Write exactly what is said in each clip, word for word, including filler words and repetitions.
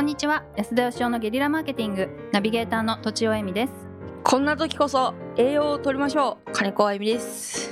こんにちは。安田義雄のゲリラマーケティングナビゲーターのとちおえみです。 こんな時こそ栄養を取りましょう。金子あゆみです。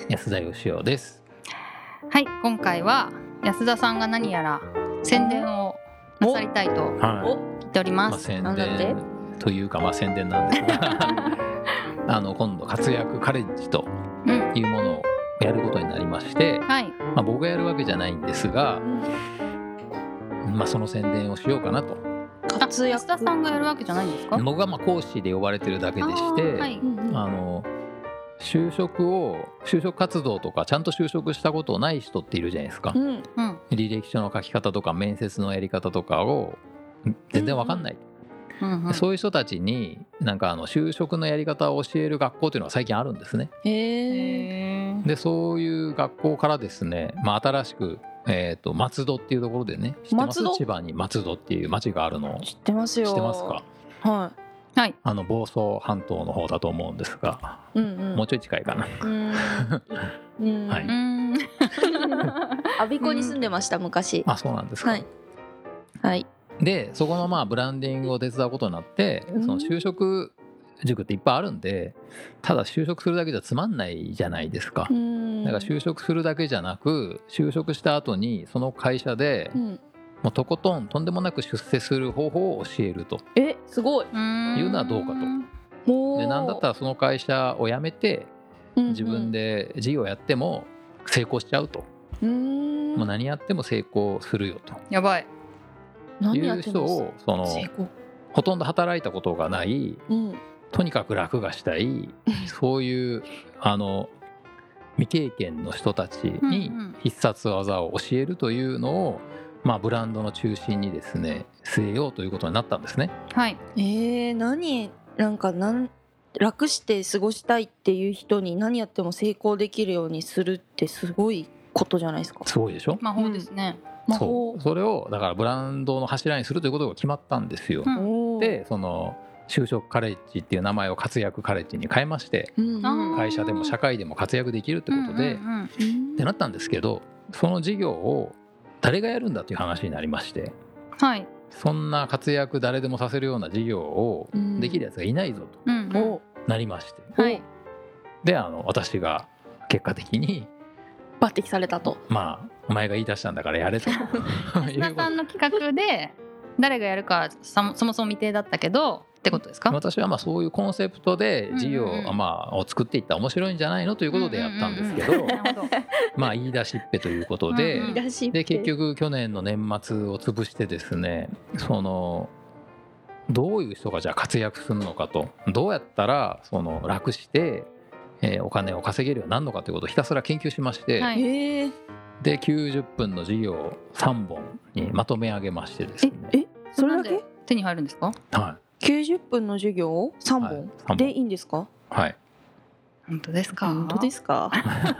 安田義雄です。 はい、今回は安田さんが何やら宣伝をなさりたいと聞いております。 まあ、宣伝というか、まあ、宣伝なんですがあの今度活躍カレッジというものをやることになりまして、うんはいまあ、僕がやるわけじゃないんですが、うんまあ、その宣伝をしようかなと。 活躍安田さんがやるわけじゃないんですか？ 僕がまあ講師で呼ばれてるだけでして、あ、はい、あの就職を就職活動とかちゃんと就職したことない人っているじゃないですか、うん、履歴書の書き方とか面接のやり方とかを全然分かんない、うんうん、そういう人たちになんかあの就職のやり方を教える学校っていうのが最近あるんですね。へー。でそういう学校からですね、まあ、新しくえー、と松戸っていうところでね、知ってます？千葉に松戸っていう町があるの知ってますよ。 知ってますか？ はい、はい、 あの房総半島の方だと思うんですが、うんうん、もうちょい近いかな。うんうんはい、我孫子に住んでました昔。 あ、そうなんですか。 はい、はい、 でそこのまあブランディングを手伝うことになって、その就職塾っていっぱいあるんで、ただ就職するだけじゃつまんないじゃないですか。だから就職するだけじゃなく、就職した後にその会社でもうとことんとんでもなく出世する方法を教えるとえすごいいうのはどうかと。でなんだったらその会社を辞めて自分で事業やっても成功しちゃうと、うんもう何やっても成功するよとやばいいう人を、そのほとんど働いたことがない、うんとにかく楽がしたいそういうあの未経験の人たちに必殺技を教えるというのを、まあ、ブランドの中心にですね据えようということになったんですね。 はい。 えー、何なんかなん楽して過ごしたいっていう人に何やっても成功できるようにするってすごいことじゃないですか。 すごいでしょ。 魔法ですね、 うん、そう。それをだからブランドの柱にするということが決まったんですよ、うん、でその就職カレッジっていう名前を活躍カレッジに変えまして、うんうん、会社でも社会でも活躍できるってことで、うんうんうん、ってなったんですけど、その事業を誰がやるんだという話になりまして、はい、そんな活躍誰でもさせるような事業をできるやつがいないぞとなりまして、うんうん、であの私が結果的に抜擢されたと。 まあお前が言い出したんだからやれと安田さんの企画で誰がやるかそもそも未定だったけどってことですか？ 私はまあそういうコンセプトで事業をまあを作っていったら面白いんじゃないのということでやったんですけど、まあ言い出しっぺということで、で結局去年の年末を潰してですね、そのどういう人がじゃあ活躍するのかと、どうやったらその楽してえお金を稼げるようになるのかということをひたすら研究しまして、はい、できゅうじゅっぷんの授業をさんぼんにまとめ上げましてですね。 ええそれだけ手に入るんですか？ はい。 きゅうじゅっぷんの授業をさんぼん、はい、さんぼんでいいんですか？ はい。 本当ですか？ 本当ですか？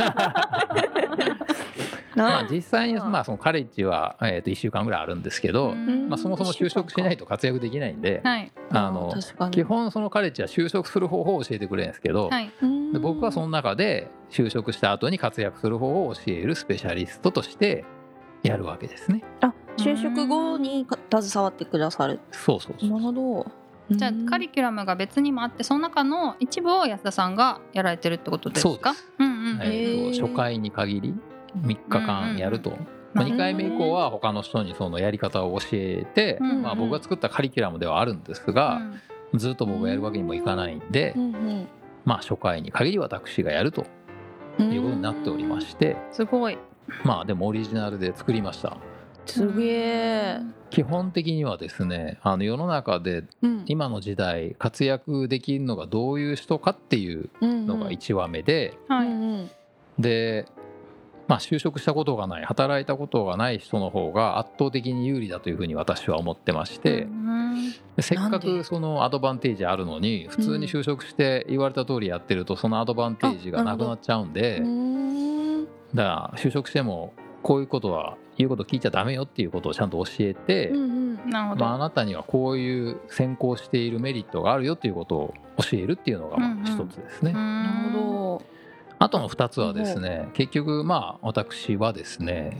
まあ実際にまあそのカレッジはえといっしゅうかんぐらいあるんですけど、まあそもそも就職しないと活躍できないんで、あの基本そのカレッジは就職する方法を教えてくれるんですけど、で僕はその中で就職した後に活躍する方法を教えるスペシャリストとしてやるわけですね。 あ、就職後に携わってくださる。 そうそうそう。 なるほど。 じゃあカリキュラムが別にもあって、その中の一部を安田さんがやられてるってことですか？そうです。うんうん、 えーと、初回に限りみっかかんやると、うんうんまあ、にかいめ以降は他の人にそのやり方を教えて、うんうんまあ、僕が作ったカリキュラムではあるんですが、うん、ずっと僕がやるわけにもいかないんで、うんうんまあ、初回に限り私がやるということになっておりまして、 すごい。 まあでもオリジナルで作りました。 すげえ。 基本的にはですね、あの世の中で今の時代活躍できるのがどういう人かっていうのがいちわめで、うんうんはい、で、まあ、就職したことがない働いたことがない人の方が圧倒的に有利だというふうに私は思ってまして、うん、せっかくそのアドバンテージあるのに普通に就職して言われた通りやってるとそのアドバンテージがなくなっちゃうんで、だから就職してもこういうことは言うこと聞いちゃダメよっていうことをちゃんと教えて、うんうんなるほどまあ、あなたにはこういう先行しているメリットがあるよっていうことを教えるっていうのがまあ一つですね、うんうん、 なるほど。 あとのふたつはですね、結局まあ私はですね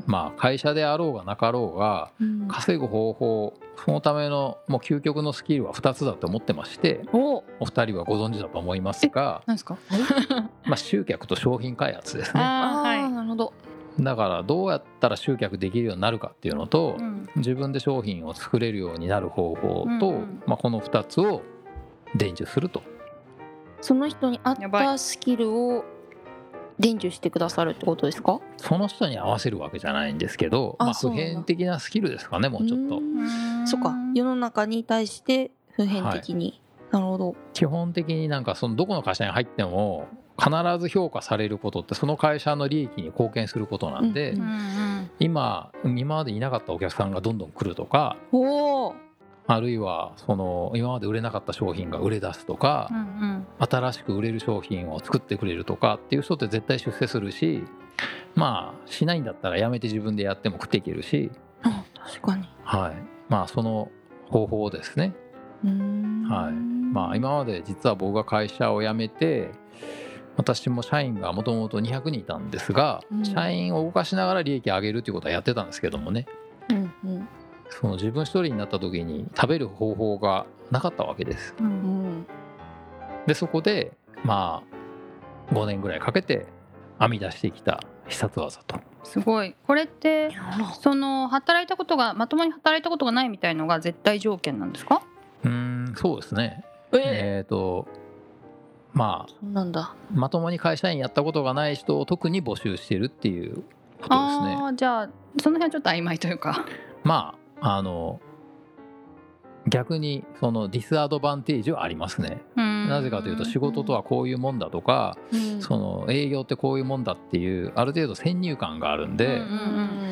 まあ会社であろうがなかろうが稼ぐ方法、そのためのもう究極のスキルはふたつだと思ってまして、お二人はご存知だと思いますが、 何ですかまあ集客と商品開発ですね。 あ、はい、なるほど。 だからどうやったら集客できるようになるかっていうのと、うん、自分で商品を作れるようになる方法と、うんうん、まあ、このふたつを伝授すると。 その人に合ったスキルを伝授してくださるってことですか？ その人に合わせるわけじゃないんですけど、まあ、普遍的なスキルですかね、もうちょっと。 そっか、世の中に対して普遍的に、はい、なるほど。 基本的になんかそのどこの会社に入っても必ず評価されることってその会社の利益に貢献することなんで、うんうん、今今までいなかったお客さんがどんどん来るとか、おあるいはその今まで売れなかった商品が売れ出すとか、うんうん、新しく売れる商品を作ってくれるとかっていう人って絶対出世するし、まあしないんだったらやめて自分でやっても食っていけるし、 あ、確かに、 はい、まあその方法ですね。うーん、はい、まあ今まで実は僕が会社を辞めて、私も社員がもともとにひゃくにんいたんですが、うん、社員を動かしながら利益を上げるということはやってたんですけどもね、うんうん、その自分一人になった時に食べる方法がなかったわけです、うんうん、でそこでまあごねんぐらいかけて編み出してきた必殺技と。 すごい。これってその働いたことがまともに働いたことがないみたいのが絶対条件なんですか？ うーん、そうですね。えーとまあ、 そうなんだ。 まともに会社員やったことがない人を特に募集してるっていうことですね。 あ、じゃあその辺はちょっと曖昧というか、 まああの逆にそのディスアドバンテージはありますね。なぜかというと仕事とはこういうもんだとか、うん、その営業ってこういうもんだっていうある程度先入観があるんで、うんうんうん、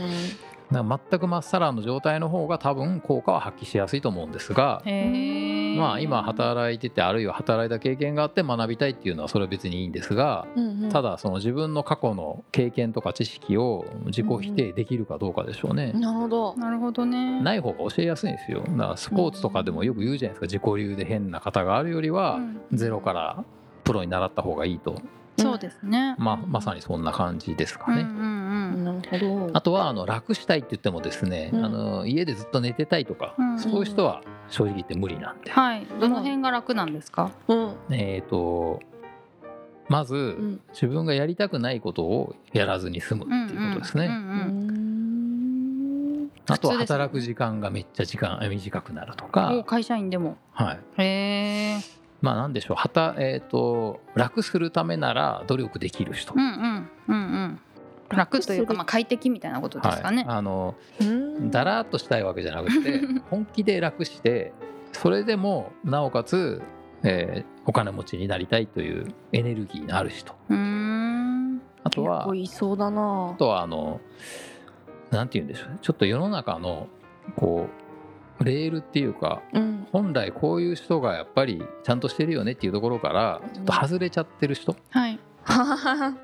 だから全くまっさらの状態の方が多分効果は発揮しやすいと思うんですが、まあ今働いててあるいは働いた経験があって学びたいっていうのはそれは別にいいんですが、うんうん、ただその自分の過去の経験とか知識を自己否定できるかどうかでしょうね、 うんうん、なるほどなるほどね。 ない方が教えやすいんですよ。だからスポーツとかでもよく言うじゃないですか、自己流で変な方があるよりはゼロからプロに習った方がいいと。 そうですね、 まあ、まさにそんな感じですかね、うんうんうん、なるほど。 あとはあの楽したいって言ってもですね、うん、あの家でずっと寝てたいとか、うんうん、そういう人は正直言って無理なんで、 はい、どの辺が楽なんですか？うん、 えーとまず、うん、自分がやりたくないことをやらずに済むっていうことですね、うんうんうん、あとは働く時間がめっちゃ時間短くなるとか。 会社員でも、 はい、 へー、 まあ、なんでしょう、はた、えーと、楽するためなら努力できる人、うんうんうんうん、 楽というか、まあ、快適みたいなことですかね、 はい、あのだらっとしたいわけじゃなくて本気で楽してそれでもなおかつ、えー、お金持ちになりたいというエネルギーのある人。うーん、あとは結構いそうだな。 あとはあのなんて言うんでしょう、ちょっと世の中のこうレールっていうか、うん、本来こういう人がやっぱりちゃんとしてるよねっていうところからちょっと外れちゃってる人、うん、 はいはい、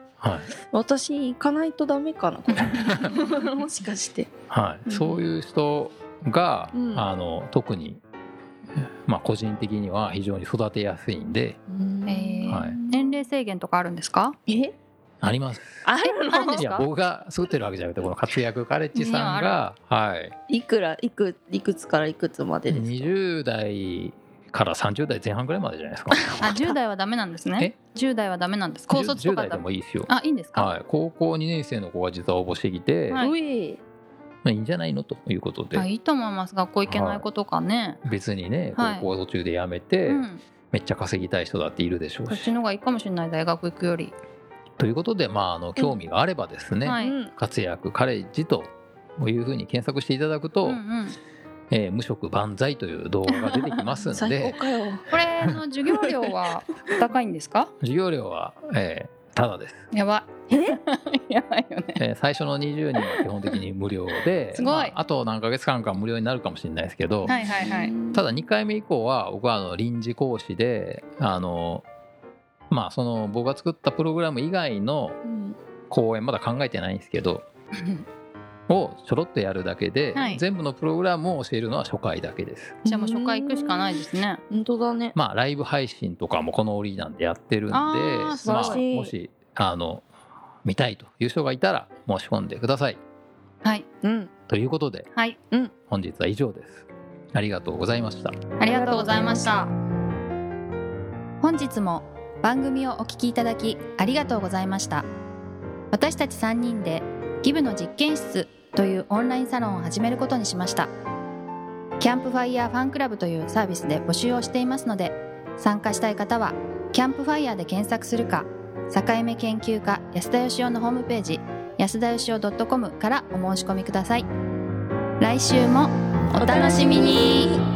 私行かないとダメかなこれもしかして、 はい、うん、そういう人が、うん、あの特に、まあ、個人的には非常に育てやすいんで、 えーはい、年齢制限とかあるんですか？ えあります。 あるの？ いや僕が作ってるわけじゃなくてこの活躍カレッジさんが、はい、 いくらいくいくつからいくつまでですか？ にじゅう代からさんじゅう代前半ぐらいまでじゃないですか。 あ、じゅう代はダメなんですね。じゅう代はダメなんです。高卒とかじゅう代でもいいですよ。 あ、いいんですか？ はい、高校にねん生の子が実は応募してきて、はい、まあ、いいんじゃないのということで。 あ、いいと思います。学校行けない子とかね、 はい、別にね高校途中で辞めて、はい、うん、めっちゃ稼ぎたい人だっているでしょうし、 こっちの方がいいかもしれない、大学行くより。 ということで、まあ、あの興味があればですね、うん、はい、活躍カレッジというふうに検索していただくと、うんうん、えー、無職万歳という動画が出てきますんでこれの授業料は高いんですか？ 授業料は、えー、ただです。 やばいやばいよね、 えー、最初のにじゅうにんは基本的に無料ですごい、 まあ、あと何ヶ月間か無料になるかもしれないですけど、 はいはいはい、 ただにかいめ以降は僕はあの臨時講師であのまあその僕が作ったプログラム以外の講演まだ考えてないんですけどをちょろっとやるだけで、はい、全部のプログラムを教えるのは初回だけです。 じゃあもう初回行くしかないですね。 本当だね。 まあライブ配信とかもこの折なんでやってるんで、 あ、素晴らしい。 まあ、もしあの見たいという人がいたら申し込んでください。 はい、 うん、 ということで、 はい、 うん、 本日は以上です。ありがとうございました。 ありがとうございました。本日も番組をお聞きいただきありがとうございました。私たちさんにんでギブの実験室というオンラインサロンを始めることにしました。キャンプファイヤーファンクラブというサービスで募集をしていますので、参加したい方はキャンプファイヤーで検索するか、境目研究家安田義雄のホームページ安田義雄 .com からお申し込みください。来週もお楽しみに。